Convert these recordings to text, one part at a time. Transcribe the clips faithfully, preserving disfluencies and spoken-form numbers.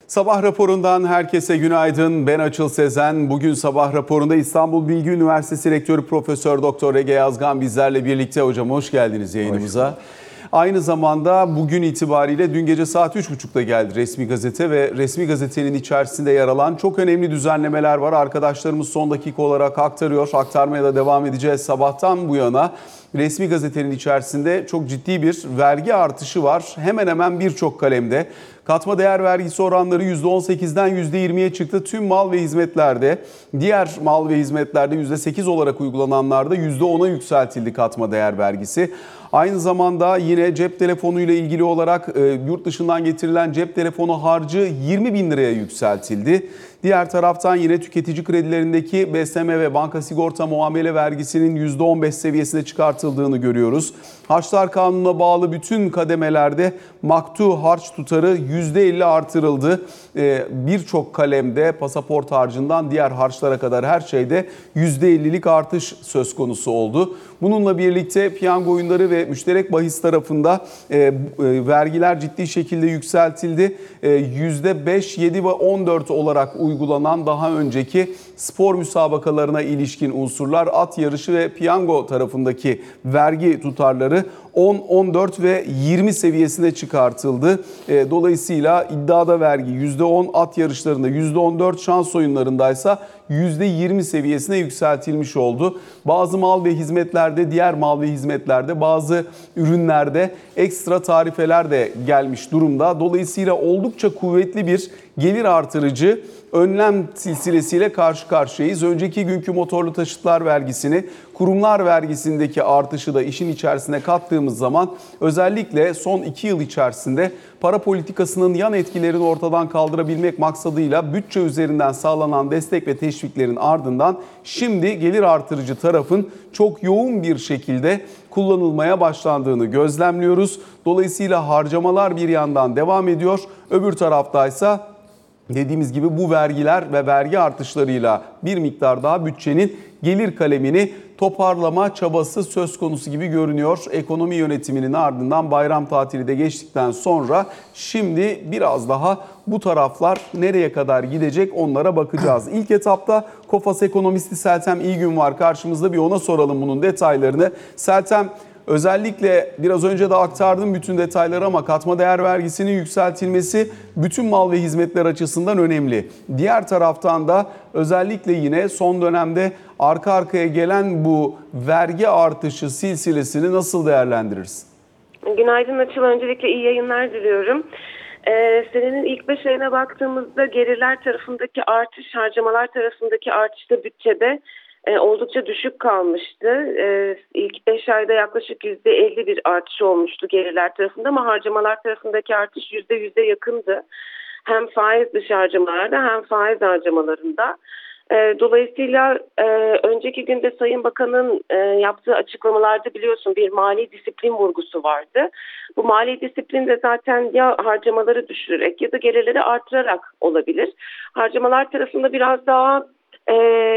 Sabah raporundan herkese günaydın. Ben Açıl Sezen. Bugün sabah raporunda İstanbul Bilgi Üniversitesi Rektörü Profesör Doktor Ege Yazgan bizlerle birlikte. Hocam hoş geldiniz yayınımıza. Hoş Aynı zamanda bugün itibariyle dün gece saat üç buçukta geldi resmi gazete ve resmi gazetenin içerisinde yer alan çok önemli düzenlemeler var. Arkadaşlarımız son dakika olarak aktarıyor. Aktarmaya da devam edeceğiz. Sabahtan bu yana resmi gazetenin içerisinde çok ciddi bir vergi artışı var. Hemen hemen birçok kalemde. Katma değer vergisi oranları yüzde on sekizden yüzde yirmiye çıktı tüm mal ve hizmetlerde. Diğer mal ve hizmetlerde yüzde sekiz olarak uygulananlarda yüzde ona yükseltildi katma değer vergisi. Aynı zamanda yine cep telefonu ile ilgili olarak e, yurt dışından getirilen cep telefonu harcı yirmi bin liraya yükseltildi. Diğer taraftan yine tüketici kredilerindeki B S M ve banka sigorta muamele vergisinin yüzde on beş seviyesine çıkartıldığını görüyoruz. Harçlar Kanunu'na bağlı bütün kademelerde maktu harç tutarı yüzde elli artırıldı. Ee, Birçok kalemde pasaport harcından diğer harçlara kadar her şeyde yüzde ellilik artış söz konusu oldu. Bununla birlikte piyango oyunları ve müşterek bahis tarafında e, e, vergiler ciddi şekilde yükseltildi. E, yüzde beş, yedi ve on dört olarak uygulanan daha önceki spor müsabakalarına ilişkin unsurlar, at yarışı ve piyango tarafındaki vergi tutarları on, on dört ve yirmi seviyesine çıkartıldı. Dolayısıyla iddiada vergi yüzde on, at yarışlarında yüzde on dört, şans oyunlarındaysa yüzde yirmi seviyesine yükseltilmiş oldu. Bazı mal ve hizmetlerde, diğer mal ve hizmetlerde, bazı ürünlerde ekstra tarifeler de gelmiş durumda. Dolayısıyla oldukça kuvvetli bir gelir artırıcı önlem silsilesiyle karşı karşıyayız. Önceki günkü motorlu taşıtlar vergisini, kurumlar vergisindeki artışı da işin içerisine kattığımız zaman özellikle son iki yıl içerisinde para politikasının yan etkilerini ortadan kaldırabilmek maksadıyla bütçe üzerinden sağlanan destek ve teşviklerin ardından şimdi gelir artırıcı tarafın çok yoğun bir şekilde kullanılmaya başlandığını gözlemliyoruz. Dolayısıyla harcamalar bir yandan devam ediyor. Öbür taraftaysa dediğimiz gibi bu vergiler ve vergi artışlarıyla bir miktar daha bütçenin gelir kalemini toparlama çabası söz konusu gibi görünüyor. Ekonomi yönetiminin ardından bayram tatili de geçtikten sonra şimdi biraz daha bu taraflar nereye kadar gidecek onlara bakacağız. İlk etapta KOFAS ekonomisti Seltem İyigün var karşımızda, bir ona soralım bunun detaylarını. Seltem, özellikle biraz önce de aktardım bütün detayları ama katma değer vergisinin yükseltilmesi bütün mal ve hizmetler açısından önemli. Diğer taraftan da özellikle yine son dönemde arka arkaya gelen bu vergi artışı silsilesini nasıl değerlendirirsin? Günaydın Açıl. Öncelikle iyi yayınlar diliyorum. Ee, senenin ilk beş ayına baktığımızda gelirler tarafındaki artış, harcamalar tarafındaki artışta bütçede e, oldukça düşük kalmıştı. E, ilk beş ayda yaklaşık yüzde elli bir artış olmuştu gelirler tarafında ama harcamalar tarafındaki artış yüzde yüze yakındı. Hem faiz dışı harcamalarda hem faiz harcamalarında. Dolayısıyla e, önceki günde Sayın Bakan'ın e, yaptığı açıklamalarda biliyorsun bir mali disiplin vurgusu vardı. Bu mali disiplin de zaten ya harcamaları düşürerek ya da gelirleri artırarak olabilir. Harcamalar tarafında biraz daha e,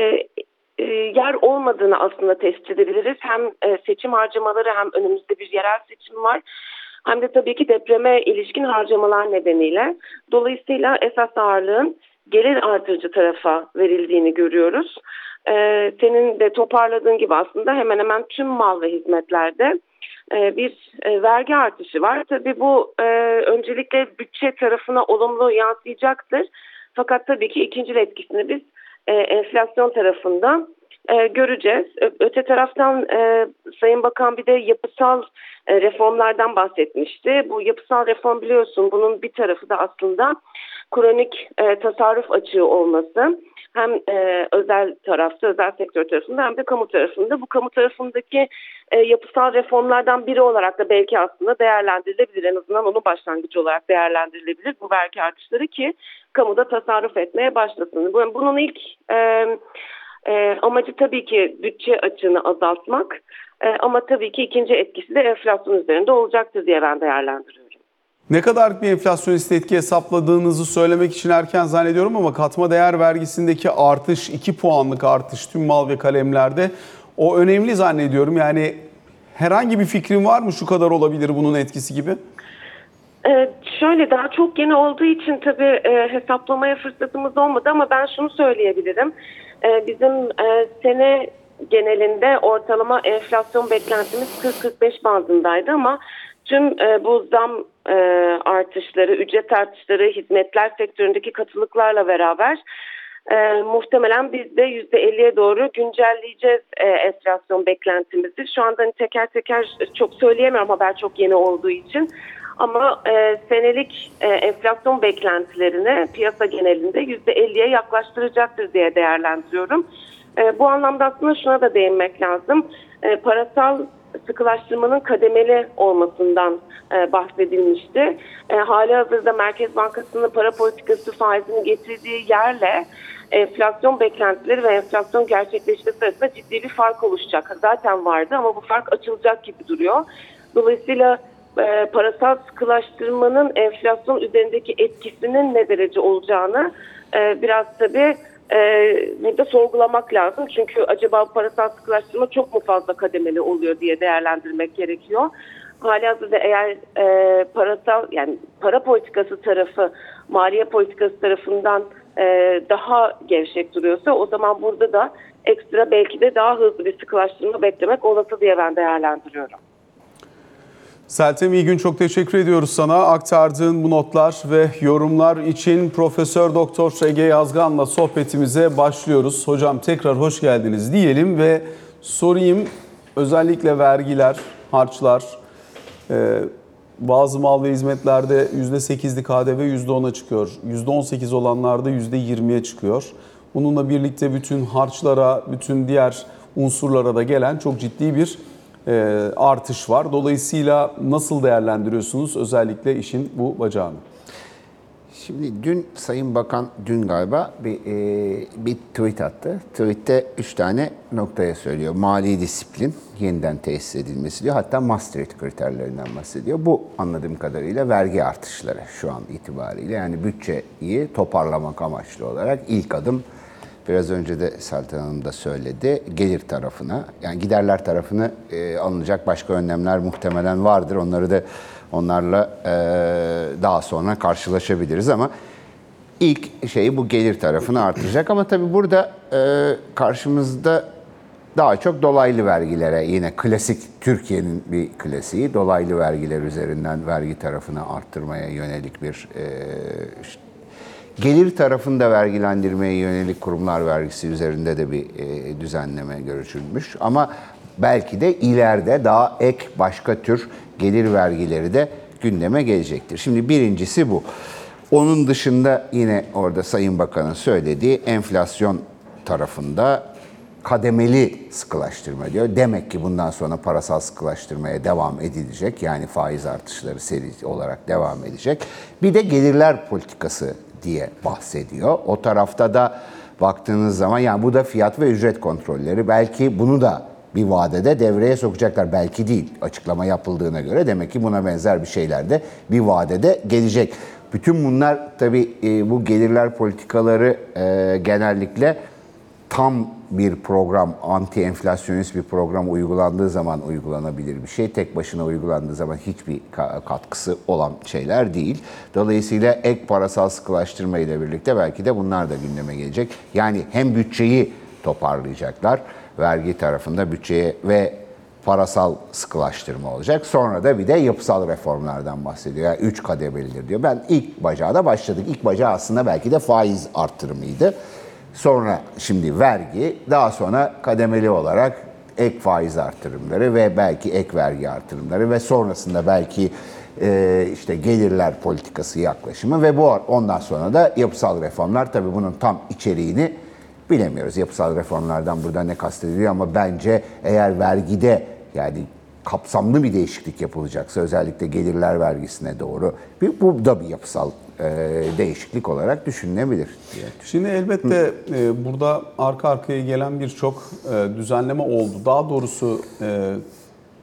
e, yer olmadığını aslında tespit edebiliriz. Hem e, seçim harcamaları hem önümüzde bir yerel seçim var. Hem de tabii ki depreme ilişkin harcamalar nedeniyle. Dolayısıyla esas ağırlığın gelir artırıcı tarafa verildiğini görüyoruz. Ee, senin de toparladığın gibi aslında hemen hemen tüm mal ve hizmetlerde e, bir e, vergi artışı var. Tabii bu e, öncelikle bütçe tarafına olumlu yansıyacaktır. Fakat tabii ki ikinci etkisini biz e, enflasyon tarafında e, göreceğiz. Ö- öte taraftan e, Sayın Bakan bir de yapısal e, reformlardan bahsetmişti. Bu yapısal reform biliyorsun bunun bir tarafı da aslında kronik e, tasarruf açığı olması. Hem e, özel tarafta, özel sektör tarafında hem de kamu tarafında. Bu kamu tarafındaki e, yapısal reformlardan biri olarak da belki aslında değerlendirilebilir. En azından onun başlangıcı olarak değerlendirilebilir bu vergi artışları ki kamuda tasarruf etmeye başlasın. Bunun ilk e, e, amacı tabii ki bütçe açığını azaltmak. E, ama tabii ki ikinci etkisi de enflasyon üzerinde olacaktır diye ben değerlendiriyorum. Ne kadar bir enflasyonist etki hesapladığınızı söylemek için erken zannediyorum ama katma değer vergisindeki artış, iki puanlık artış tüm mal ve kalemlerde o önemli zannediyorum. Yani herhangi bir fikrin var mı şu kadar olabilir bunun etkisi gibi? Ee, Ee, şöyle daha çok yeni olduğu için tabii e, hesaplamaya fırsatımız olmadı ama ben şunu söyleyebilirim. Ee, bizim e, sene genelinde ortalama enflasyon beklentimiz kırk kırk beş bandındaydı ama tüm e, bu zam e, artışları, ücret artışları, hizmetler sektöründeki katılıklarla beraber e, muhtemelen biz de yüzde elliye doğru güncelleyeceğiz e, enflasyon beklentimizi. Şu anda hani teker teker çok söyleyemiyorum haber çok yeni olduğu için. Ama e, senelik e, enflasyon beklentilerini piyasa genelinde yüzde elliye yaklaştıracaktır diye değerlendiriyorum. E, bu anlamda aslında şuna da değinmek lazım. E, parasal sıkılaştırmanın kademeli olmasından e, bahsedilmişti. E, hali hazırda Merkez Bankası'nın para politikası faizini getirdiği yerle enflasyon beklentileri ve enflasyon gerçekleşmesi arasında ciddi bir fark oluşacak. Zaten vardı ama bu fark açılacak gibi duruyor. Dolayısıyla e, parasal sıkılaştırmanın enflasyon üzerindeki etkisinin ne derece olacağını e, biraz tabii e, burada sorgulamak lazım. Çünkü acaba parasal sıkılaştırma çok mu fazla kademeli oluyor diye değerlendirmek gerekiyor. Halihazırda eğer e, parasal yani para politikası tarafı maliye politikası tarafından e, daha gevşek duruyorsa o zaman burada da ekstra belki de daha hızlı bir sıkılaştırma beklemek olası diye ben değerlendiriyorum. Seltem İyi gün, çok teşekkür ediyoruz sana. Aktardığın bu notlar ve yorumlar için Profesör Doktor Ege Yazgan'la sohbetimize başlıyoruz. Hocam tekrar hoş geldiniz diyelim ve sorayım, özellikle vergiler, harçlar, e, bazı mal ve hizmetlerde yüzde sekizlik K D V yüzde ona çıkıyor. yüzde on sekiz olanlarda yüzde yirmiye çıkıyor. Bununla birlikte bütün harçlara, bütün diğer unsurlara da gelen çok ciddi bir artış var. Dolayısıyla nasıl değerlendiriyorsunuz özellikle işin bu bacağını? Şimdi dün Sayın Bakan, dün galiba bir, e, bir tweet attı. Tweette üç tane noktaya söylüyor. Mali disiplin yeniden tesis edilmesi diyor. Hatta Maastricht kriterlerinden bahsediyor. Bu anladığım kadarıyla vergi artışları şu an itibariyle. Yani bütçeyi toparlamak amaçlı olarak ilk adım. Biraz önce de Selten Hanım da söyledi. Gelir tarafına, yani giderler tarafını e, alınacak başka önlemler muhtemelen vardır. Onları da onlarla e, daha sonra karşılaşabiliriz ama ilk şeyi bu gelir tarafını artıracak. Ama tabii burada e, karşımızda daha çok dolaylı vergilere, yine klasik Türkiye'nin bir klasiği, dolaylı vergiler üzerinden vergi tarafını arttırmaya yönelik bir e, işte, gelir tarafında vergilendirmeye yönelik kurumlar vergisi üzerinde de bir e, düzenleme görüşülmüş. Ama belki de ileride daha ek başka tür gelir vergileri de gündeme gelecektir. Şimdi birincisi bu. Onun dışında yine orada Sayın Bakan'ın söylediği enflasyon tarafında kademeli sıkılaştırma diyor. Demek ki bundan sonra parasal sıkılaştırmaya devam edilecek. Yani faiz artışları seri olarak devam edecek. Bir de gelirler politikası diye bahsediyor. O tarafta da baktığınız zaman yani bu da fiyat ve ücret kontrolleri. Belki bunu da bir vadede devreye sokacaklar. Belki değil. Açıklama yapıldığına göre demek ki buna benzer bir şeyler de bir vadede gelecek. Bütün bunlar tabii e, bu gelirler politikaları e, genellikle tam bir program, anti enflasyonist bir program uygulandığı zaman uygulanabilir bir şey. Tek başına uygulandığı zaman hiçbir katkısı olan şeyler değil. Dolayısıyla ek parasal sıkılaştırma ile birlikte belki de bunlar da gündeme gelecek. Yani hem bütçeyi toparlayacaklar, vergi tarafında bütçeye ve parasal sıkılaştırma olacak. Sonra da bir de yapısal reformlardan bahsediyor. Yani üç kademelidir diyor. Ben ilk bacağı da başladık. İlk bacağı aslında belki de faiz arttırımıydı. Sonra şimdi vergi, daha sonra kademeli olarak ek faiz artırımları ve belki ek vergi artırımları ve sonrasında belki e, işte gelirler politikası yaklaşımı ve bu ondan sonra da yapısal reformlar. Tabii bunun tam içeriğini bilemiyoruz. Yapısal reformlardan burada ne kastediliyor ama bence eğer vergide yani kapsamlı bir değişiklik yapılacaksa özellikle gelirler vergisine doğru bir, bu da bir yapısal e, değişiklik olarak düşünülebilir diye. Şimdi elbette e, burada arka arkaya gelen birçok e, düzenleme oldu. Daha doğrusu e,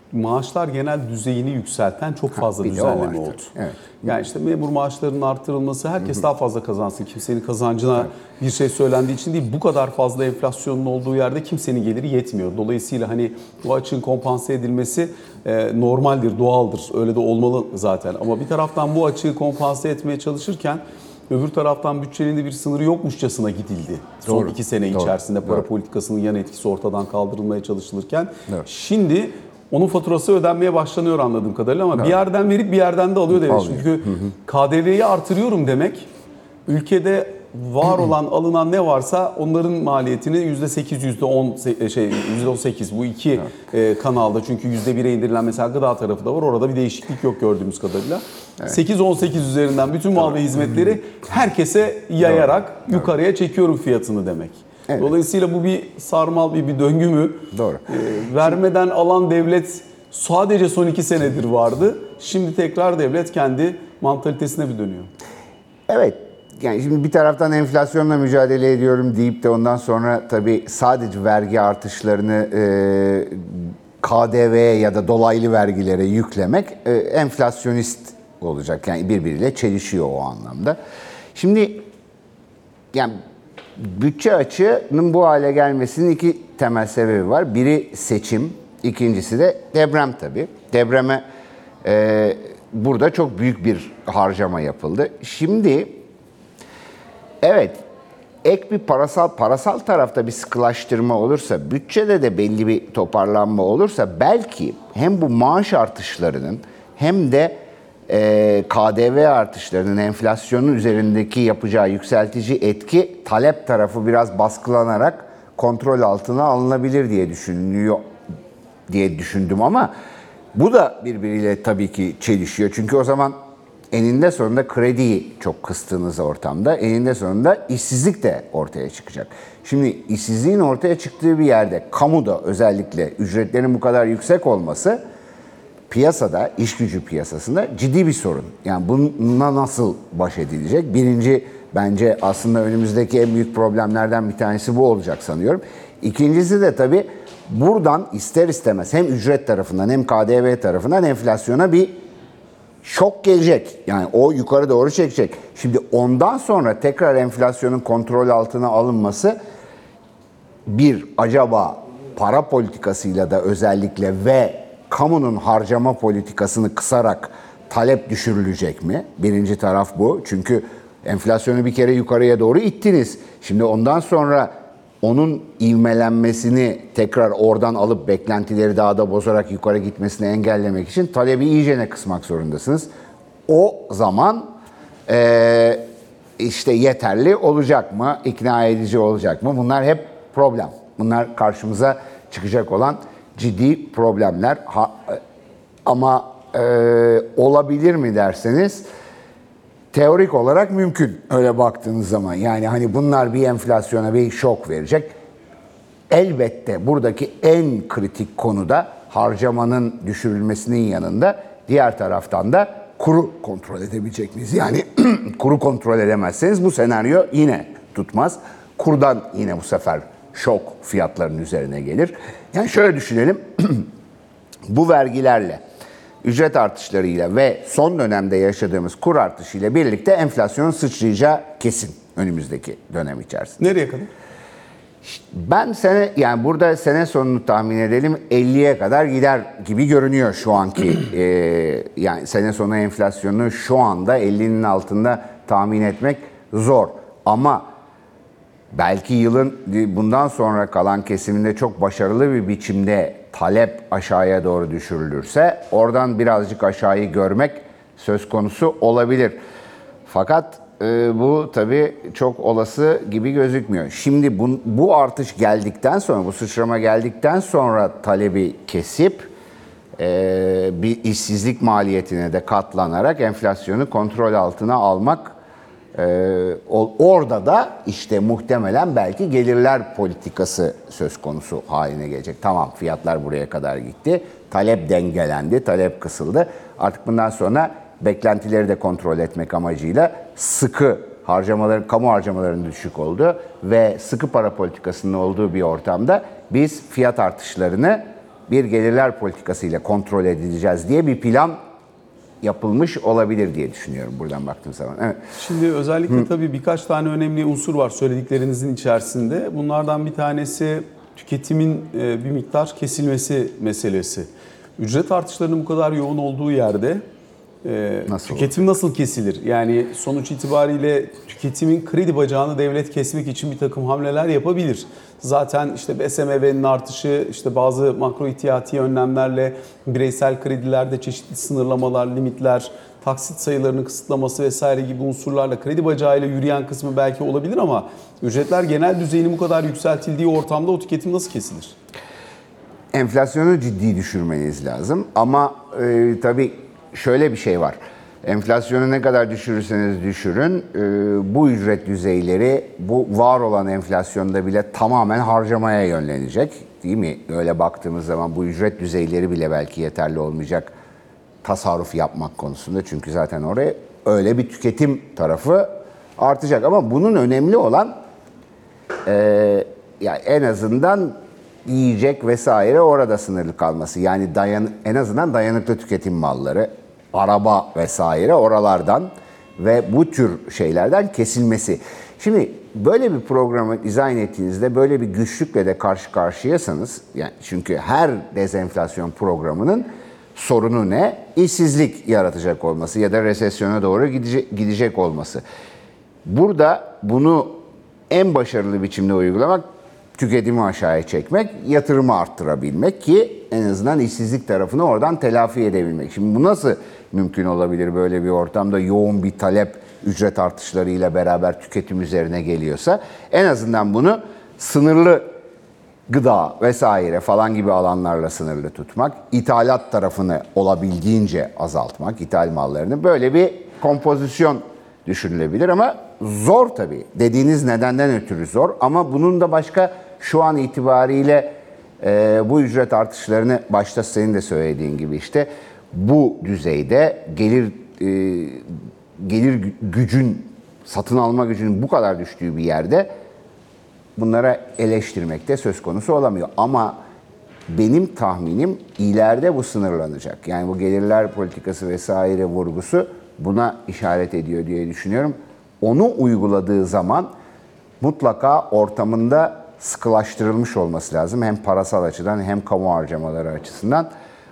maaşlar genel düzeyini yükselten çok fazla bir de o var düzenleme tabii. oldu. Evet. Yani işte memur maaşlarının artırılması, herkes daha fazla kazansın, kimsenin kazancına bir şey söylendiği için değil, bu kadar fazla enflasyonun olduğu yerde kimsenin geliri yetmiyor. Dolayısıyla hani bu açığın kompanse edilmesi e, normaldir, doğaldır, öyle de olmalı zaten. Ama bir taraftan bu açığı kompanse etmeye çalışırken öbür taraftan bütçenin de bir sınırı yokmuşçasına gidildi. Son Doğru, iki sene doğru, içerisinde para doğru. politikasının yan etkisi ortadan kaldırılmaya çalışılırken Evet. şimdi onun faturası ödenmeye başlanıyor anladığım kadarıyla ama bir yerden verip bir yerden de alıyor demek. Alıyor. Çünkü K D V'yi artırıyorum demek ülkede var olan alınan ne varsa onların maliyetini yüzde sekiz, yüzde on şey yüzde on sekiz bu iki evet. kanalda çünkü yüzde bire indirilen mesela gıda tarafı da var. Orada bir değişiklik yok gördüğümüz kadarıyla. Evet. sekiz on sekiz üzerinden bütün mal ve hizmetleri herkese yayarak Doğru. yukarıya çekiyorum fiyatını demek. Evet. Dolayısıyla bu bir sarmal bir, bir döngü mü? Doğru. E, vermeden alan devlet sadece son iki senedir vardı. Şimdi tekrar devlet kendi mantalitesine bir dönüyor. Evet. Yani şimdi bir taraftan enflasyonla mücadele ediyorum deyip de ondan sonra tabii sadece vergi artışlarını e, K D V'ye ya da dolaylı vergilere yüklemek e, enflasyonist olacak. Yani birbiriyle çelişiyor o anlamda. Şimdi yani bütçe açığının bu hale gelmesinin iki temel sebebi var. Biri seçim, ikincisi de deprem tabii. Depreme e, burada çok büyük bir harcama yapıldı. Şimdi evet, ek bir parasal parasal tarafta bir sıkılaştırma olursa, bütçede de belli bir toparlanma olursa belki hem bu maaş artışlarının hem de e, K D V artışlarının enflasyonun üzerindeki yapacağı yükseltici etki talep tarafı biraz baskılanarak kontrol altına alınabilir diye düşünülüyor diye düşündüm ama bu da birbiriyle tabii ki çelişiyor. Çünkü o zaman eninde sonunda krediyi çok kıstığınız ortamda eninde sonunda işsizlik de ortaya çıkacak. Şimdi işsizliğin ortaya çıktığı bir yerde kamuda özellikle ücretlerin bu kadar yüksek olması piyasada, iş gücü piyasasında ciddi bir sorun. Yani bununla nasıl baş edilecek? Birinci bence aslında önümüzdeki en büyük problemlerden bir tanesi bu olacak sanıyorum. İkincisi de tabii buradan ister istemez hem ücret tarafından hem K D V tarafından enflasyona bir şok gelecek. Yani o yukarı doğru çekecek. Şimdi ondan sonra tekrar enflasyonun kontrol altına alınması bir acaba para politikasıyla da özellikle ve kamunun harcama politikasını kısarak talep düşürülecek mi? Birinci taraf bu. Çünkü enflasyonu bir kere yukarıya doğru ittiniz. Şimdi ondan sonra onun ivmelenmesini tekrar oradan alıp beklentileri daha da bozarak yukarı gitmesini engellemek için talebi iyicene kısmak zorundasınız. O zaman e, işte yeterli olacak mı, ikna edici olacak mı? Bunlar hep problem. Bunlar karşımıza çıkacak olan ciddi problemler. Ha, ama e, olabilir mi derseniz teorik olarak mümkün öyle baktığınız zaman. Yani hani bunlar bir enflasyona bir şok verecek. Elbette buradaki en kritik konuda harcamanın düşürülmesinin yanında diğer taraftan da kuru kontrol edebilecek miyiz? Yani kuru kontrol edemezseniz bu senaryo yine tutmaz. Kurdan yine bu sefer şok fiyatların üzerine gelir. Yani şöyle düşünelim. Bu vergilerle, ücret artışlarıyla ve son dönemde yaşadığımız kur artışıyla birlikte enflasyonun sıçrayacağı kesin önümüzdeki dönem içerisinde. Nereye kadar? Ben sene yani burada sene sonunu tahmin edelim elliye kadar gider gibi görünüyor şu anki e, yani sene sonu enflasyonunu şu anda ellinin altında tahmin etmek zor ama belki yılın bundan sonra kalan kesiminde çok başarılı bir biçimde talep aşağıya doğru düşürülürse oradan birazcık aşağıyı görmek söz konusu olabilir. Fakat e, bu tabii çok olası gibi gözükmüyor. Şimdi bu, bu artış geldikten sonra, bu sıçrama geldikten sonra talebi kesip e, bir işsizlik maliyetine de katlanarak enflasyonu kontrol altına almak Ee, orada da işte muhtemelen belki gelirler politikası söz konusu haline gelecek. Tamam fiyatlar buraya kadar gitti. Talep dengelendi, talep kısıldı. Artık bundan sonra beklentileri de kontrol etmek amacıyla sıkı harcamaların, kamu harcamalarının düşük olduğu ve sıkı para politikasının olduğu bir ortamda biz fiyat artışlarını bir gelirler politikasıyla kontrol edileceğiz diye bir plan yapılmış olabilir diye düşünüyorum buradan baktığım zaman. Evet. Şimdi özellikle Hı. tabii birkaç tane önemli unsur var söylediklerinizin içerisinde. Bunlardan bir tanesi tüketimin bir miktar kesilmesi meselesi. Ücret artışlarının bu kadar yoğun olduğu yerde nasıl tüketim olur? Nasıl kesilir? Yani sonuç itibariyle tüketimin kredi bacağını devlet kesmek için bir takım hamleler yapabilir. Zaten işte B S M V'nin artışı, işte bazı makro ihtiyati önlemlerle bireysel kredilerde çeşitli sınırlamalar, limitler, taksit sayılarının kısıtlaması vesaire gibi unsurlarla kredi bacağıyla yürüyen kısmı belki olabilir ama ücretler genel düzeyini bu kadar yükseltildiği ortamda o tüketim nasıl kesilir? Enflasyonu ciddi düşürmeniz lazım ama e, tabii şöyle bir şey var. Enflasyonu ne kadar düşürürseniz düşürün, e, bu ücret düzeyleri bu var olan enflasyonda bile tamamen harcamaya yönlenecek. Değil mi? Öyle baktığımız zaman bu ücret düzeyleri bile belki yeterli olmayacak tasarruf yapmak konusunda. Çünkü zaten oraya öyle bir tüketim tarafı artacak. Ama bunun önemli olan e, yani en azından yiyecek vesaire orada sınırlı kalması. Yani dayan, en azından dayanıklı tüketim malları, araba vesaire oralardan ve bu tür şeylerden kesilmesi. Şimdi böyle bir programı dizayn ettiğinizde böyle bir güçlükle de karşı karşıyasanız, yani çünkü her dezenflasyon programının sorunu ne? İşsizlik yaratacak olması ya da resesyona doğru gidecek, gidecek olması. Burada bunu en başarılı biçimde uygulamak, tüketimi aşağıya çekmek, yatırımı arttırabilmek ki en azından işsizlik tarafını oradan telafi edebilmek. Şimdi bu nasıl mümkün olabilir böyle bir ortamda yoğun bir talep ücret artışlarıyla beraber tüketim üzerine geliyorsa? En azından bunu sınırlı gıda vesaire falan gibi alanlarla sınırlı tutmak, ithalat tarafını olabildiğince azaltmak, ithal mallarını, böyle bir kompozisyon düşünülebilir ama zor tabii. Dediğiniz nedenden ötürü zor ama bunun da başka şu an itibariyle e, bu ücret artışlarını başta senin de söylediğin gibi işte bu düzeyde gelir e, gelir gücün, satın alma gücünün bu kadar düştüğü bir yerde bunlara eleştirmek de söz konusu olamıyor. Ama benim tahminim ileride bu sınırlanacak. Yani bu gelirler politikası vesaire vurgusu buna işaret ediyor diye düşünüyorum. Onu uyguladığı zaman mutlaka ortamında sıkılaştırılmış olması lazım. Hem parasal açıdan hem kamu harcamaları açısından.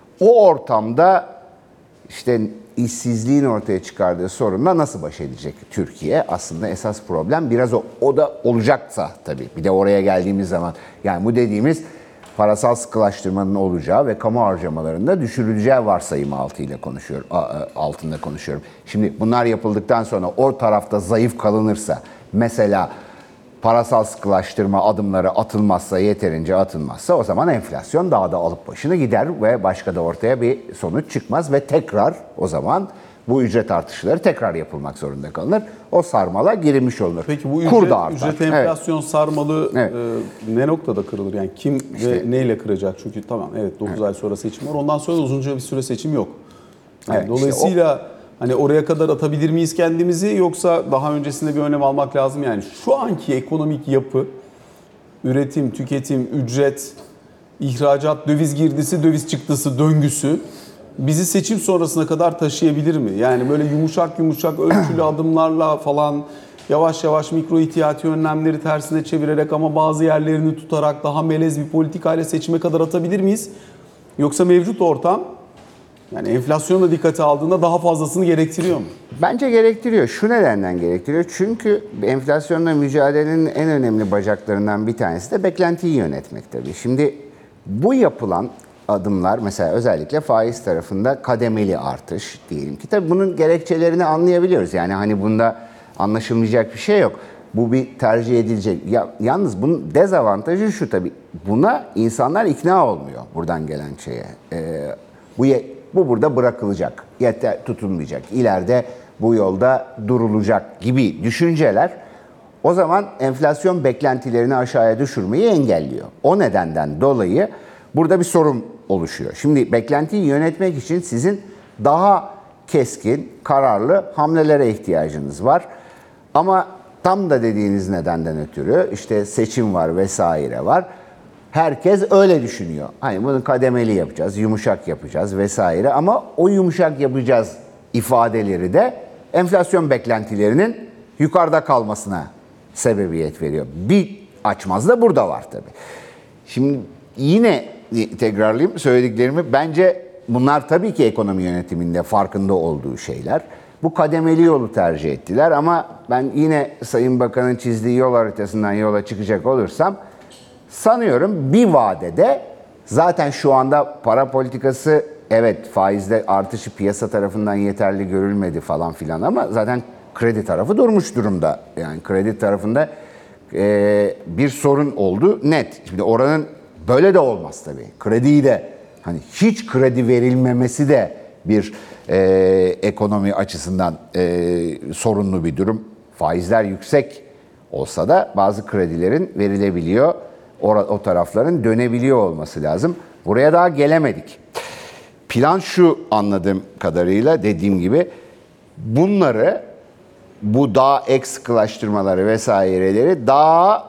O ortamda işte işsizliğin ortaya çıkardığı sorunla nasıl baş edecek Türkiye? Aslında esas problem biraz o, o da olacaksa tabii. Bir de oraya geldiğimiz zaman yani bu dediğimiz parasal sıkılaştırmanın olacağı ve kamu harcamalarında düşürüleceği varsayımı altıyla konuşuyorum, altında konuşuyorum. Şimdi bunlar yapıldıktan sonra o tarafta zayıf kalınırsa, mesela parasal sıkılaştırma adımları atılmazsa, yeterince atılmazsa o zaman enflasyon daha da alıp başını gider ve başka da ortaya bir sonuç çıkmaz ve tekrar o zaman bu ücret artışları tekrar yapılmak zorunda kalınır. O sarmala girilmiş olur. Peki bu Kur ücret, da artar. ücret enflasyon evet. sarmalı evet. e, ne noktada kırılır? Yani kim işte, ve neyle kıracak? Çünkü tamam evet dokuz evet. ay sonra seçim var. Ondan sonra da uzunca bir süre seçim yok. Yani evet, dolayısıyla işte o... hani oraya kadar atabilir miyiz kendimizi yoksa daha öncesinde bir önem almak lazım? Yani şu anki ekonomik yapı, üretim, tüketim, ücret, ihracat, döviz girdisi, döviz çıktısı döngüsü bizi seçim sonrasına kadar taşıyabilir mi? Yani böyle yumuşak yumuşak ölçülü adımlarla falan yavaş yavaş mikro ihtiyati önlemleri tersine çevirerek ama bazı yerlerini tutarak daha melez bir politikayla seçime kadar atabilir miyiz? Yoksa mevcut ortam yani enflasyonla dikkate aldığında daha fazlasını gerektiriyor mu? Bence gerektiriyor. Şu nedenden gerektiriyor. Çünkü enflasyonla mücadelenin en önemli bacaklarından bir tanesi de beklentiyi yönetmek tabii. Şimdi bu yapılan adımlar mesela özellikle faiz tarafında kademeli artış diyelim ki. Tabii bunun gerekçelerini anlayabiliyoruz. Yani hani bunda anlaşılmayacak bir şey yok. Bu bir tercih edilecek. Ya, yalnız bunun dezavantajı şu tabii. Buna insanlar ikna olmuyor buradan gelen şeye. Ee, bu Bu burada bırakılacak, yeter tutulmayacak, ileride bu yolda durulacak gibi düşünceler o zaman enflasyon beklentilerini aşağıya düşürmeyi engelliyor. O nedenden dolayı burada bir sorun oluşuyor. Şimdi beklentiyi yönetmek için sizin daha keskin, kararlı hamlelere ihtiyacınız var. Ama tam da dediğiniz nedenden ötürü işte seçim var vesaire var. Herkes öyle düşünüyor. Hani bunu kademeli yapacağız, yumuşak yapacağız vesaire ama o yumuşak yapacağız ifadeleri de enflasyon beklentilerinin yukarıda kalmasına sebebiyet veriyor. Bir açmaz da burada var tabii. Şimdi yine tekrarlayayım söylediklerimi. Bence bunlar tabii ki ekonomi yönetiminde farkında olduğu şeyler. Bu kademeli yolu tercih ettiler ama ben yine Sayın Bakan'ın çizdiği yol haritasından yola çıkacak olursam sanıyorum bir vadede zaten şu anda para politikası evet faizde artışı piyasa tarafından yeterli görülmedi falan filan ama zaten kredi tarafı durmuş durumda. Yani kredi tarafında e, bir sorun oldu net. Şimdi oranın böyle de olmaz tabii. Krediyi de hani hiç kredi verilmemesi de bir e, ekonomi açısından e, sorunlu bir durum. Faizler yüksek olsa da bazı kredilerin verilebiliyor. O, o tarafların dönebiliyor olması lazım. Buraya daha gelemedik. Plan şu anladığım kadarıyla dediğim gibi bunları bu daha ek sıkılaştırmaları vesaireleri daha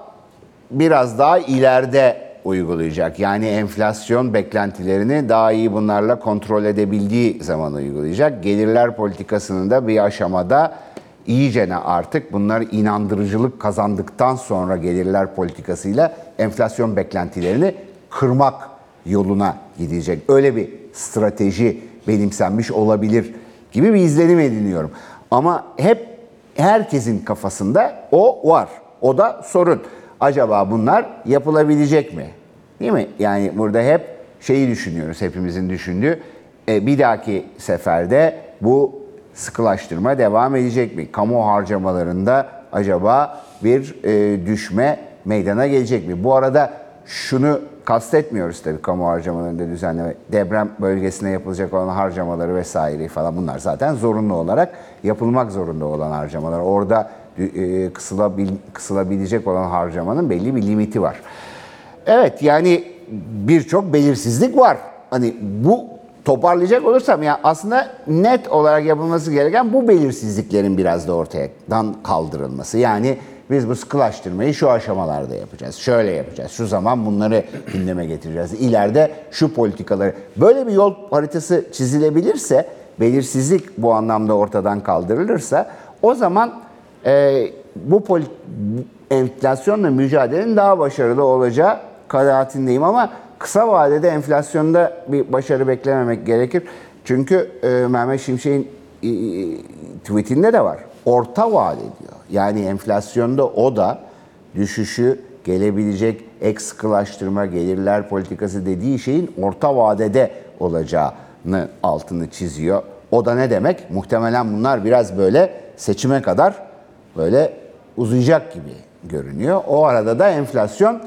biraz daha ileride uygulayacak. Yani enflasyon beklentilerini daha iyi bunlarla kontrol edebildiği zaman uygulayacak. Gelirler politikasının da bir aşamada iyicene artık bunlar inandırıcılık kazandıktan sonra gelirler politikasıyla enflasyon beklentilerini kırmak yoluna gidecek. Öyle bir strateji benimsenmiş olabilir gibi bir izlenim ediniyorum. Ama hep herkesin kafasında o var. O da sorun. Acaba bunlar yapılabilecek mi? Değil mi? Yani burada hep şeyi düşünüyoruz, hepimizin düşündüğü. E, bir dahaki seferde bu sıkılaştırma devam edecek mi? Kamu harcamalarında acaba bir e, düşme meydana gelecek mi? Bu arada şunu kastetmiyoruz tabii kamu harcamalarında düzenleme. Deprem bölgesine yapılacak olan harcamaları vesaire falan bunlar zaten zorunlu olarak yapılmak zorunda olan harcamalar. Orada e, kısılabil, kısılabilecek olan harcamanın belli bir limiti var. Evet yani birçok belirsizlik var. Hani bu toparlayacak olursam ya aslında net olarak yapılması gereken bu belirsizliklerin biraz da ortadan kaldırılması. Yani biz bu sıkılaştırmayı şu aşamalarda yapacağız, şöyle yapacağız, şu zaman bunları gündeme getireceğiz, ileride şu politikaları. Böyle bir yol haritası çizilebilirse, belirsizlik bu anlamda ortadan kaldırılırsa o zaman e, bu polit- enflasyonla mücadelenin daha başarılı olacağı kanaatindeyim ama kısa vadede enflasyonda bir başarı beklememek gerekir. Çünkü e, Mehmet Şimşek'in e, tweetinde de var. Orta vade diyor. Yani enflasyonda o da düşüşü gelebilecek ek sıkılaştırma, gelirler politikası dediği şeyin orta vadede olacağını altını çiziyor. O da ne demek? Muhtemelen bunlar biraz böyle seçime kadar böyle uzayacak gibi görünüyor. O arada da enflasyon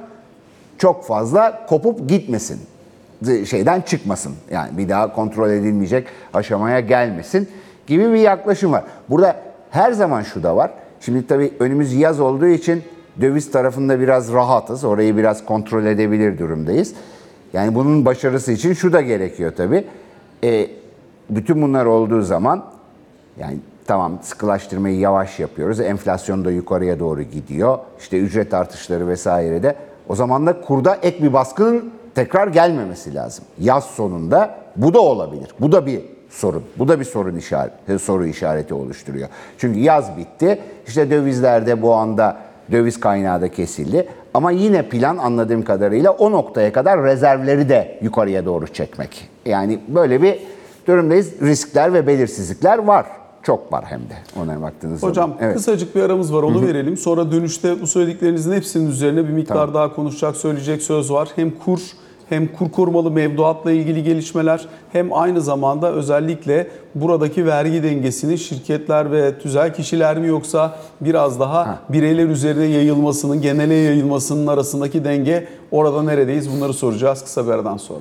çok fazla kopup gitmesin, şeyden çıkmasın. Yani bir daha kontrol edilmeyecek aşamaya gelmesin gibi bir yaklaşım var. Burada her zaman şu da var. Şimdi tabii önümüz yaz olduğu için döviz tarafında biraz rahatız. Orayı biraz kontrol edebilir durumdayız. Yani bunun başarısı için şu da gerekiyor tabii. E, bütün bunlar olduğu zaman yani tamam sıkılaştırmayı yavaş yapıyoruz. Enflasyon da yukarıya doğru gidiyor. İşte ücret artışları vesaire de. O zaman da kurda ek bir baskının tekrar gelmemesi lazım. Yaz sonunda bu da olabilir. Bu da bir sorun. Bu da bir sorun işareti, soru işareti oluşturuyor. Çünkü yaz bitti. İşte dövizlerde bu anda döviz kaynağı da kesildi. Ama yine plan anladığım kadarıyla o noktaya kadar rezervleri de yukarıya doğru çekmek. Yani böyle bir durumdayız. Riskler ve belirsizlikler var. Çok var hem de ona baktığınız zaman. Hocam evet. Kısacık bir aramız var onu Hı-hı. verelim. Sonra dönüşte bu söylediklerinizin hepsinin üzerine bir miktar tamam. daha konuşacak, söyleyecek söz var. Hem kur hem kur korumalı mevduatla ilgili gelişmeler hem aynı zamanda özellikle buradaki vergi dengesini şirketler ve tüzel kişiler mi yoksa biraz daha ha. bireyler üzerine yayılmasının, genele yayılmasının arasındaki denge orada neredeyiz bunları soracağız kısa bir aradan sonra.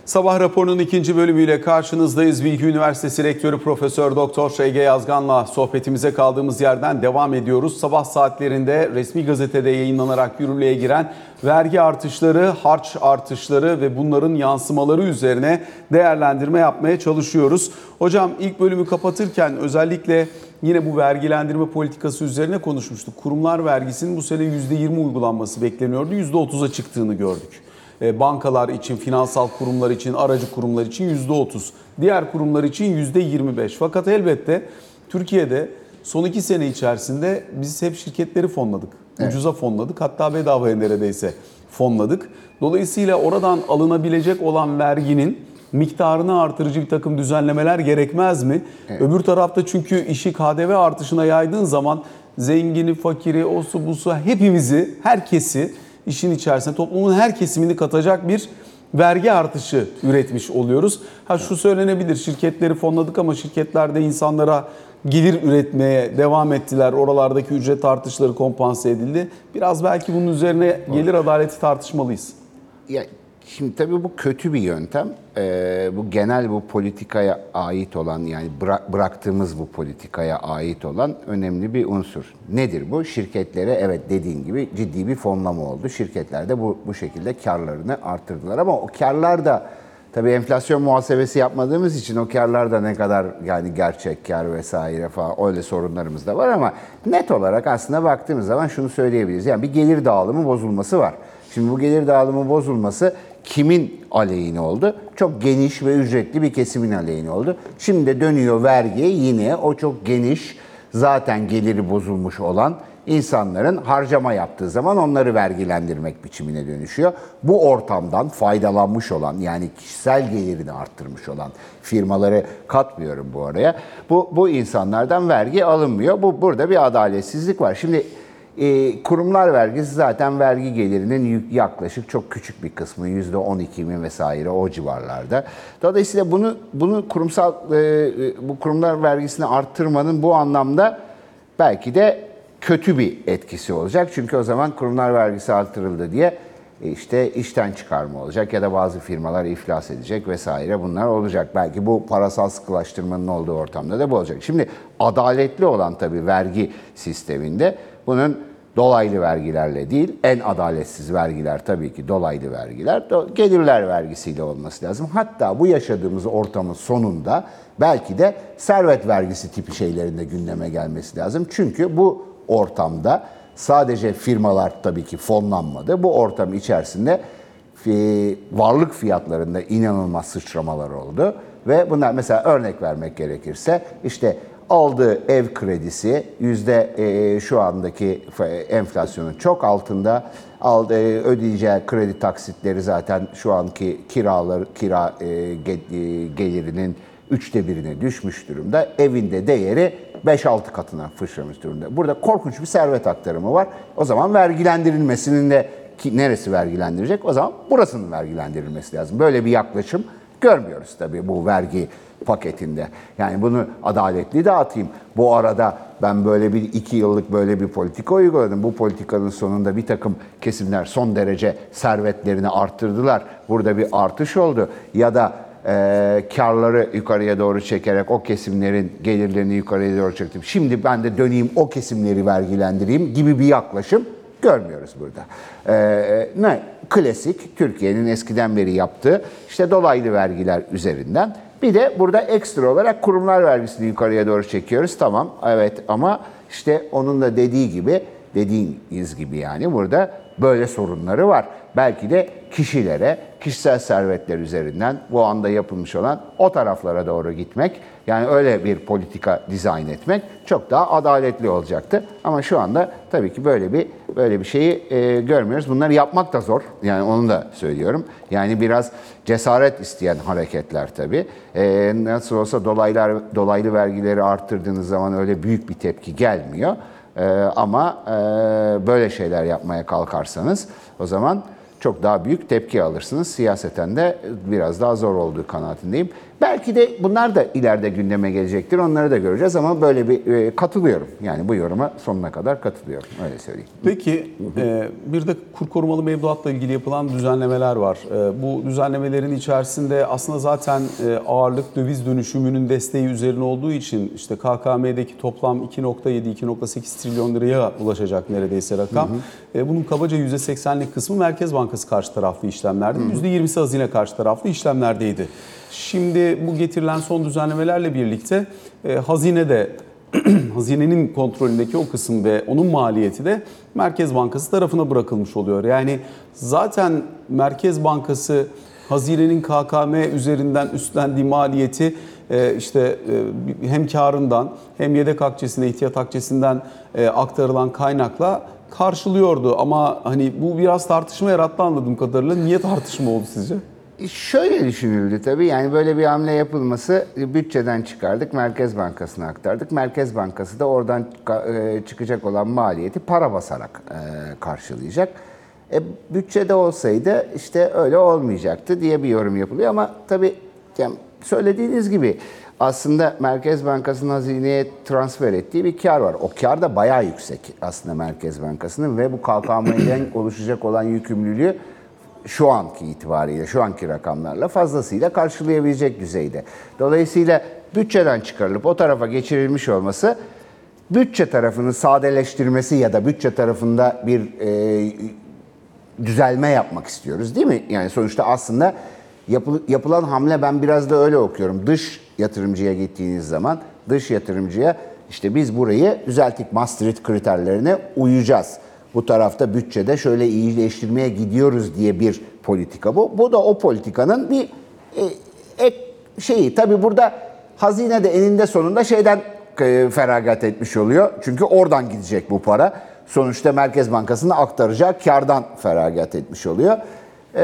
Sabah raporunun ikinci bölümüyle karşınızdayız. Bilgi Üniversitesi Rektörü Profesör Doktor Ege Yazgan'la sohbetimize kaldığımız yerden devam ediyoruz. Sabah saatlerinde resmi gazetede yayınlanarak yürürlüğe giren vergi artışları, harç artışları ve bunların yansımaları üzerine değerlendirme yapmaya çalışıyoruz. Hocam ilk bölümü kapatırken özellikle yine bu vergilendirme politikası üzerine konuşmuştuk. Kurumlar vergisinin bu sene yüzde yirmi uygulanması bekleniyordu. yüzde otuza çıktığını gördük. Bankalar için, finansal kurumlar için, aracı kurumlar için yüzde otuz. Diğer kurumlar için yüzde yirmi beş. Fakat elbette Türkiye'de son iki sene içerisinde biz hep şirketleri fonladık. Evet. Ucuza fonladık. Hatta bedavaya neredeyse fonladık. Dolayısıyla oradan alınabilecek olan verginin miktarını artırıcı bir takım düzenlemeler gerekmez mi? Evet. Öbür tarafta çünkü işi K D V artışına yaydığın zaman zengini, fakiri, osu busu hepimizi, herkesi işin içerisine, toplumun her kesimini katacak bir vergi artışı üretmiş oluyoruz. Ha şu söylenebilir, şirketleri fonladık ama şirketler de insanlara gelir üretmeye devam ettiler. Oralardaki ücret artışları kompanse edildi. Biraz belki bunun üzerine gelir adaleti tartışmalıyız. Ya, şimdi tabii bu kötü bir yöntem. Ee, bu genel bu politikaya ait olan, yani bıra- bıraktığımız bu politikaya ait olan önemli bir unsur. Nedir bu? Şirketlere evet dediğin gibi ciddi bir fonlama oldu. Şirketler de bu, bu şekilde karlarını arttırdılar ama o karlar da tabii enflasyon muhasebesi yapmadığımız için o karlar da ne kadar yani gerçek kar vesaire falan öyle sorunlarımız da var ama net olarak aslında baktığımız zaman şunu söyleyebiliriz. Yani bir gelir dağılımı bozulması var. Şimdi bu gelir dağılımı bozulması kimin aleyhine oldu? Çok geniş ve ücretli bir kesimin aleyhine oldu. Şimdi de dönüyor vergi yine o çok geniş, zaten geliri bozulmuş olan insanların harcama yaptığı zaman onları vergilendirmek biçimine dönüşüyor. Bu ortamdan faydalanmış olan, yani kişisel gelirini arttırmış olan firmaları katmıyorum bu araya. Bu, bu insanlardan vergi alınmıyor. Bu, burada bir adaletsizlik var. Şimdi E, kurumlar vergisi zaten vergi gelirinin yaklaşık çok küçük bir kısmı, yüzde on iki mi vesaire o civarlarda. Dolayısıyla bunu bunu kurumsal e, bu kurumlar vergisini arttırmanın bu anlamda belki de kötü bir etkisi olacak. Çünkü o zaman kurumlar vergisi arttırıldı diye işte işten çıkarma olacak ya da bazı firmalar iflas edecek vesaire, bunlar olacak. Belki bu parasal sıkılaştırmanın olduğu ortamda da bu olacak. Şimdi adaletli olan tabii vergi sisteminde bunun dolaylı vergilerle değil, en adaletsiz vergiler tabii ki dolaylı vergiler, gelirler vergisiyle olması lazım. Hatta bu yaşadığımız ortamın sonunda belki de servet vergisi tipi şeylerin de gündeme gelmesi lazım. Çünkü bu ortamda sadece firmalar tabii ki fonlanmadı. Bu ortam içerisinde varlık fiyatlarında inanılmaz sıçramalar oldu. Ve bunlar, mesela örnek vermek gerekirse, işte aldığı ev kredisi yüzde e, şu andaki enflasyonun çok altında. Aldığı, ödeyeceği kredi taksitleri zaten şu anki kiralar kira e, gelirinin üçte birine düşmüş durumda. Evinde değeri beş altı katına fışlamış durumda. Burada korkunç bir servet aktarımı var. O zaman vergilendirilmesinin de ki neresi vergilendirecek? O zaman burasının vergilendirilmesi lazım. Böyle bir yaklaşım görmüyoruz tabii bu vergi paketinde. Yani bunu adaletli dağıtayım. Bu arada ben böyle bir iki yıllık böyle bir politika uyguladım. Bu politikanın sonunda bir takım kesimler son derece servetlerini arttırdılar. Burada bir artış oldu. Ya da e, karları yukarıya doğru çekerek o kesimlerin gelirlerini yukarıya doğru çektim. Şimdi ben de döneyim o kesimleri vergilendireyim gibi bir yaklaşım görmüyoruz burada. Ee, ne? Klasik Türkiye'nin eskiden beri yaptığı işte dolaylı vergiler üzerinden. Bir de burada ekstra olarak kurumlar vergisini yukarıya doğru çekiyoruz. Tamam, evet, ama işte onun da dediği gibi, dediğiniz gibi yani burada böyle sorunları var. Belki de kişilere, kişisel servetler üzerinden bu anda yapılmış olan o taraflara doğru gitmek, yani öyle bir politika dizayn etmek çok daha adaletli olacaktı. Ama şu anda tabii ki böyle bir böyle bir şeyi e, görmüyoruz. Bunları yapmak da zor. Yani onu da söylüyorum. Yani biraz cesaret isteyen hareketler tabii. E, nasıl olsa dolaylı dolaylı vergileri arttırdığınız zaman öyle büyük bir tepki gelmiyor. E, ama e, böyle şeyler yapmaya kalkarsanız o zaman çok daha büyük tepki alırsınız. Siyaseten de biraz daha zor olduğu kanaatindeyim. Belki de bunlar da ileride gündeme gelecektir. Onları da göreceğiz ama böyle bir e, katılıyorum. Yani bu yoruma sonuna kadar katılıyorum. Öyle söyleyeyim. Peki e, bir de kur korumalı mevduatla ilgili yapılan düzenlemeler var. E, bu düzenlemelerin içerisinde aslında zaten e, ağırlık döviz dönüşümünün desteği üzerine olduğu için işte K K M'deki toplam iki nokta yedi iki nokta sekiz trilyon liraya ulaşacak neredeyse rakam. Hı hı. E, bunun kabaca yüzde seksenlik kısmı Merkez Bankası karşı taraflı işlemlerdi. yüzde yirmisi hazine karşı taraflı işlemlerdeydi. Şimdi bu getirilen son düzenlemelerle birlikte e, hazine de hazinenin kontrolündeki o kısım ve onun maliyeti de Merkez Bankası tarafına bırakılmış oluyor. Yani zaten Merkez Bankası hazinenin K K M üzerinden üstlendiği maliyeti e, işte e, hem karından hem yedek akçesine, ihtiyat akçesinden e, aktarılan kaynakla karşılıyordu. Ama hani bu biraz tartışma yarattı anladığım kadarıyla. Niye tartışma oldu sizce? Şöyle düşünüldü tabii, yani böyle bir hamle yapılması, bütçeden çıkardık, Merkez Bankası'na aktardık. Merkez Bankası da oradan çıkacak olan maliyeti para basarak karşılayacak. E, bütçede olsaydı işte öyle olmayacaktı diye bir yorum yapılıyor ama tabii yani söylediğiniz gibi aslında Merkez Bankası'nın hazineye transfer ettiği bir kar var. O kar da bayağı yüksek aslında Merkez Bankası'nın ve bu K K M'den oluşacak olan yükümlülüğü şu anki itibariyle, şu anki rakamlarla fazlasıyla karşılayabilecek düzeyde. Dolayısıyla bütçeden çıkarılıp o tarafa geçirilmiş olması, bütçe tarafını sadeleştirmesi ya da bütçe tarafında bir e, düzelme yapmak istiyoruz değil mi? Yani sonuçta aslında yapı, yapılan hamle, ben biraz da öyle okuyorum. Dış yatırımcıya gittiğiniz zaman, dış yatırımcıya işte biz burayı düzelttik, Maastricht kriterlerine uyacağız. Bu tarafta bütçede şöyle iyileştirmeye gidiyoruz diye bir politika bu. Bu da o politikanın bir e, ek şeyi. Tabii burada hazine de eninde sonunda şeyden e, feragat etmiş oluyor. Çünkü oradan gidecek bu para. Sonuçta Merkez Bankası'na aktaracağı kardan feragat etmiş oluyor. E,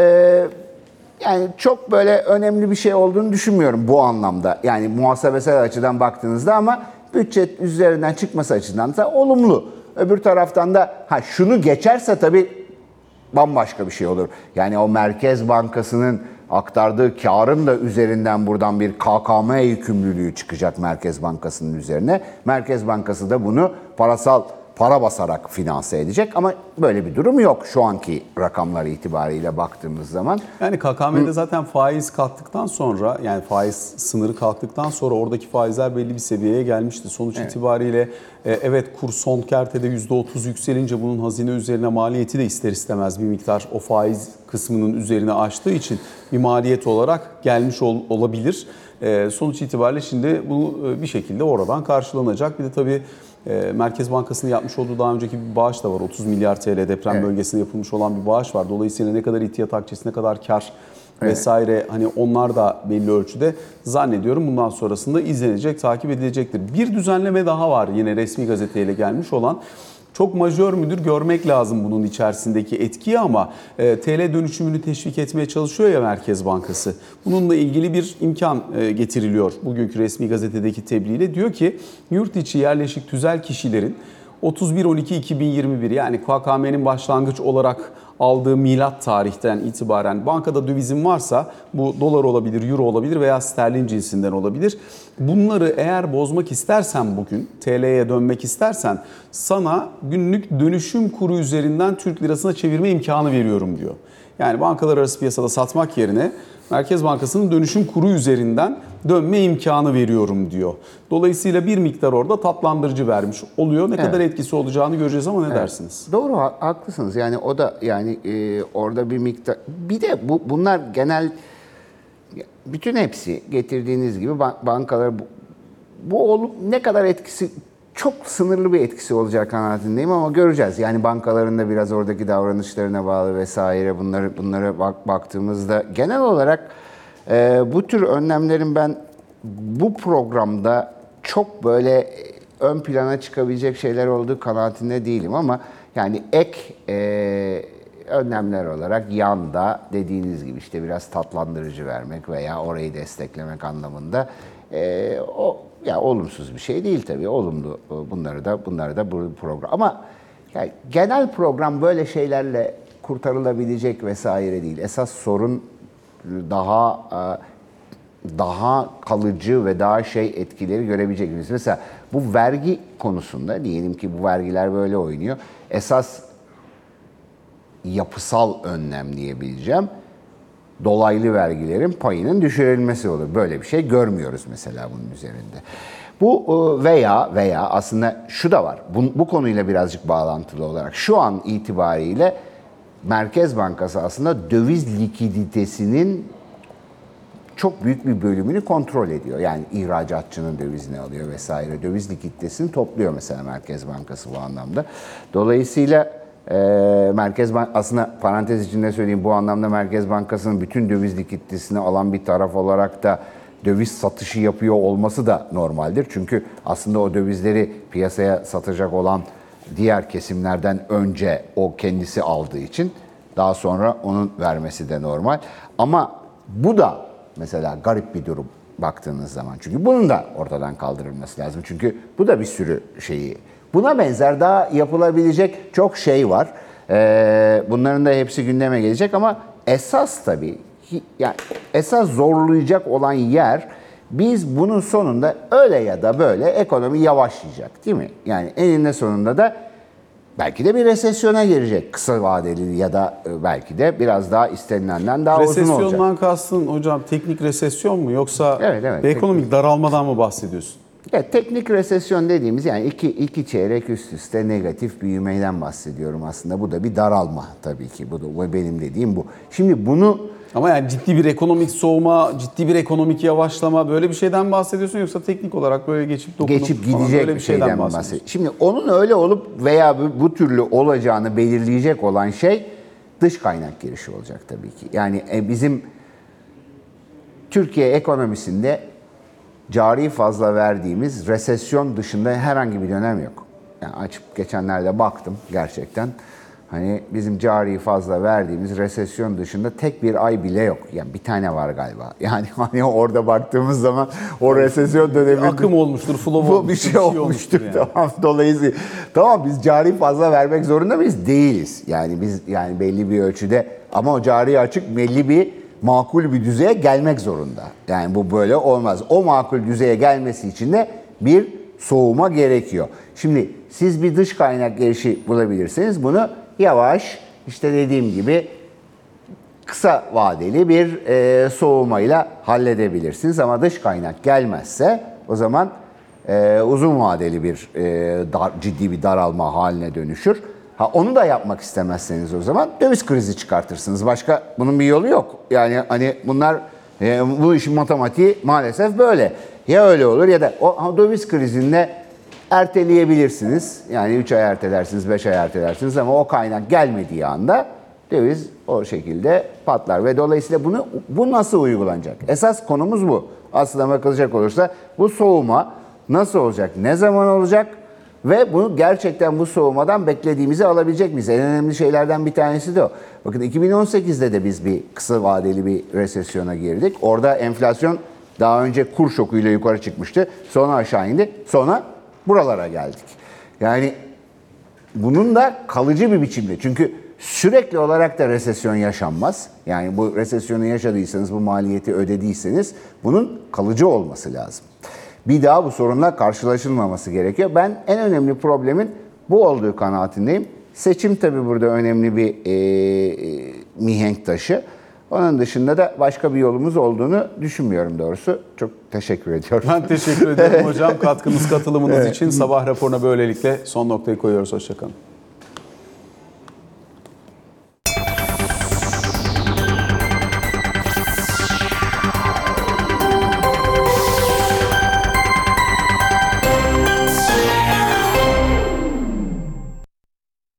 yani çok böyle önemli bir şey olduğunu düşünmüyorum bu anlamda. Yani muhasebesel açıdan baktığınızda, ama bütçe üzerinden çıkması açısından da olumlu. Öbür taraftan da ha şunu geçerse tabii bambaşka bir şey olur. Yani o Merkez Bankası'nın aktardığı karın da üzerinden buradan bir K K M yükümlülüğü çıkacak Merkez Bankası'nın üzerine. Merkez Bankası da bunu parasal para basarak finanse edecek ama böyle bir durum yok şu anki rakamlar itibariyle baktığımız zaman. Yani K K M'de zaten faiz kalktıktan sonra, yani faiz sınırı kalktıktan sonra oradaki faizler belli bir seviyeye gelmişti. Sonuç evet. itibariyle evet, kur son kertede yüzde otuz yükselince bunun hazine üzerine maliyeti de ister istemez bir miktar o faiz kısmının üzerine aştığı için bir maliyet olarak gelmiş ol, olabilir. Sonuç itibariyle şimdi bu bir şekilde oradan karşılanacak. Bir de tabii Merkez Bankası'nın yapmış olduğu daha önceki bir bağış da var. otuz milyar T L deprem evet. bölgesinde yapılmış olan bir bağış var. Dolayısıyla ne kadar ihtiyat akçesi, ne kadar kar evet. vesaire, hani onlar da belli ölçüde zannediyorum bundan sonrasında izlenecek, takip edilecektir. Bir düzenleme daha var yine resmi gazeteyle gelmiş olan. Çok majör müdür, görmek lazım bunun içerisindeki etkiyi, ama e, T L dönüşümünü teşvik etmeye çalışıyor ya Merkez Bankası. Bununla ilgili bir imkan e, getiriliyor bugünkü resmi gazetedeki tebliğiyle. Diyor ki yurt içi yerleşik tüzel kişilerin otuz bir on iki iki bin yirmi bir, yani K K M'nin başlangıç olarak aldığı milat tarihten itibaren bankada dövizin varsa, bu dolar olabilir, euro olabilir veya sterlin cinsinden olabilir. Bunları eğer bozmak istersen, bugün T L'ye dönmek istersen, sana günlük dönüşüm kuru üzerinden Türk lirasına çevirme imkanı veriyorum diyor. Yani bankalar arası piyasada satmak yerine Merkez Bankası'nın dönüşüm kuru üzerinden dönme imkanı veriyorum diyor. Dolayısıyla bir miktar orada tatlandırıcı vermiş oluyor. Ne evet. kadar etkisi olacağını göreceğiz ama ne evet. dersiniz? Doğru, haklısınız. Yani o da yani e, orada bir miktar. Bir de bu bunlar genel, bütün hepsi getirdiğiniz gibi bankalar, bu, bu ne kadar etkisi, çok sınırlı bir etkisi olacak kanaatindeyim ama göreceğiz. Yani bankaların da biraz oradaki davranışlarına bağlı vesaire, bunları bunlara bak, baktığımızda genel olarak e, bu tür önlemlerin ben bu programda çok böyle ön plana çıkabilecek şeyler olduğu kanaatinde değilim ama yani ek e, önlemler olarak yanda dediğiniz gibi işte biraz tatlandırıcı vermek veya orayı desteklemek anlamında e, o ya olumsuz bir şey değil tabii, olumlu. Bunları da bunları da bu program, ama yani genel program böyle şeylerle kurtarılabilecek vesaire değil. Esas sorun daha daha kalıcı ve daha şey etkileri görebilecek miyiz? Mesela bu vergi konusunda diyelim ki bu vergiler böyle oynuyor. Esas yapısal önlem diyebileceğim. Dolaylı vergilerin payının düşürülmesi olur. Böyle bir şey görmüyoruz mesela bunun üzerinde. Bu veya veya aslında şu da var. Bu, bu konuyla birazcık bağlantılı olarak şu an itibariyle Merkez Bankası aslında döviz likiditesinin çok büyük bir bölümünü kontrol ediyor. Yani ihracatçının dövizini alıyor vesaire. Döviz likiditesini topluyor mesela Merkez Bankası bu anlamda. Dolayısıyla e, Merkez Bank aslında parantez içinde söyleyeyim, bu anlamda Merkez Bankası'nın bütün döviz likiditesini alan bir taraf olarak da döviz satışı yapıyor olması da normaldir. Çünkü aslında o dövizleri piyasaya satacak olan diğer kesimlerden önce o kendisi aldığı için daha sonra onun vermesi de normal. Ama bu da mesela garip bir durum baktığınız zaman. Çünkü bunun da ortadan kaldırılması lazım. Çünkü bu da bir sürü şeyi. Buna benzer daha yapılabilecek çok şey var. Ee, bunların da hepsi gündeme gelecek ama esas tabii, yani esas zorlayacak olan yer, biz bunun sonunda öyle ya da böyle ekonomi yavaşlayacak değil mi? Yani eninde sonunda da belki de bir resesyona girecek, kısa vadeli ya da belki de biraz daha istenilenden daha uzun olacak. Resesyondan kastın hocam teknik resesyon mu, yoksa evet, evet, bir ekonomik daralmadan mı bahsediyorsun? Ya, teknik resesyon dediğimiz yani iki, iki çeyrek üst üste negatif büyümeden bahsediyorum aslında. Bu da bir daralma tabii ki. Bu da benim dediğim bu. Şimdi bunu... Ama yani ciddi bir ekonomik soğuma, ciddi bir ekonomik yavaşlama, böyle bir şeyden bahsediyorsun, yoksa teknik olarak böyle geçip dokunup geçip falan gidecek böyle bir bir şeyden şeyden bahsediyorsun? bahsediyorum. Şimdi onun öyle olup veya bu, bu türlü olacağını belirleyecek olan şey dış kaynak girişi olacak tabii ki. Yani e, bizim Türkiye ekonomisinde cari fazla verdiğimiz resesyon dışında herhangi bir dönem yok. Yani açıp geçenlerde baktım gerçekten. Hani bizim cari fazla verdiğimiz resesyon dışında tek bir ay bile yok. Yani bir tane var galiba. Yani hani orada baktığımız zaman o resesyon dönemi... Akım olmuştur, flow olmuştur, bir şey olmuştur. yani. Tamam, dolayısıyla tamam, biz cari fazla vermek zorunda mıyız? Değiliz. Yani biz yani belli bir ölçüde, ama o cari açık belli bir makul bir düzeye gelmek zorunda. Yani bu böyle olmaz. O makul düzeye gelmesi için de bir soğuma gerekiyor. Şimdi siz bir dış kaynak girişi bulabilirsiniz. Bunu yavaş, işte dediğim gibi kısa vadeli bir e, soğumayla halledebilirsiniz. Ama dış kaynak gelmezse o zaman e, uzun vadeli bir e, dar, ciddi bir daralma haline dönüşür. Ha, onu da yapmak istemezseniz o zaman döviz krizi çıkartırsınız. Başka bunun bir yolu yok. Yani hani bunlar, e, bu işin matematiği maalesef böyle. Ya öyle olur ya da o döviz krizinde erteleyebilirsiniz. Yani üç ay ertelersiniz, beş ay ertelersiniz ama o kaynak gelmediği anda döviz o şekilde patlar. Ve dolayısıyla bunu bu nasıl uygulanacak? Esas konumuz bu. Aslına bakılacak olursa bu soğuma nasıl olacak, ne zaman olacak ve bunu gerçekten bu soğumadan beklediğimizi alabilecek miyiz? En önemli şeylerden bir tanesi de o. Bakın iki bin on sekizde de biz bir kısa vadeli bir resesyona girdik. Orada enflasyon daha önce kur şokuyla yukarı çıkmıştı. Sonra aşağı indi. Sonra buralara geldik. Yani bunun da kalıcı bir biçimde. Çünkü sürekli olarak da resesyon yaşanmaz. Yani bu resesyonu yaşadıysanız, bu maliyeti ödediyseniz bunun kalıcı olması lazım. Bir daha bu sorunla karşılaşılmaması gerekiyor. Ben en önemli problemin bu olduğu kanaatindeyim. Seçim tabii burada önemli bir e, e, mihenk taşı. Onun dışında da başka bir yolumuz olduğunu düşünmüyorum doğrusu. Çok teşekkür ediyorum. Ben teşekkür ederim hocam. Katkınız, katılımınız için sabah raporuna böylelikle son noktayı koyuyoruz. Hoşça kalın.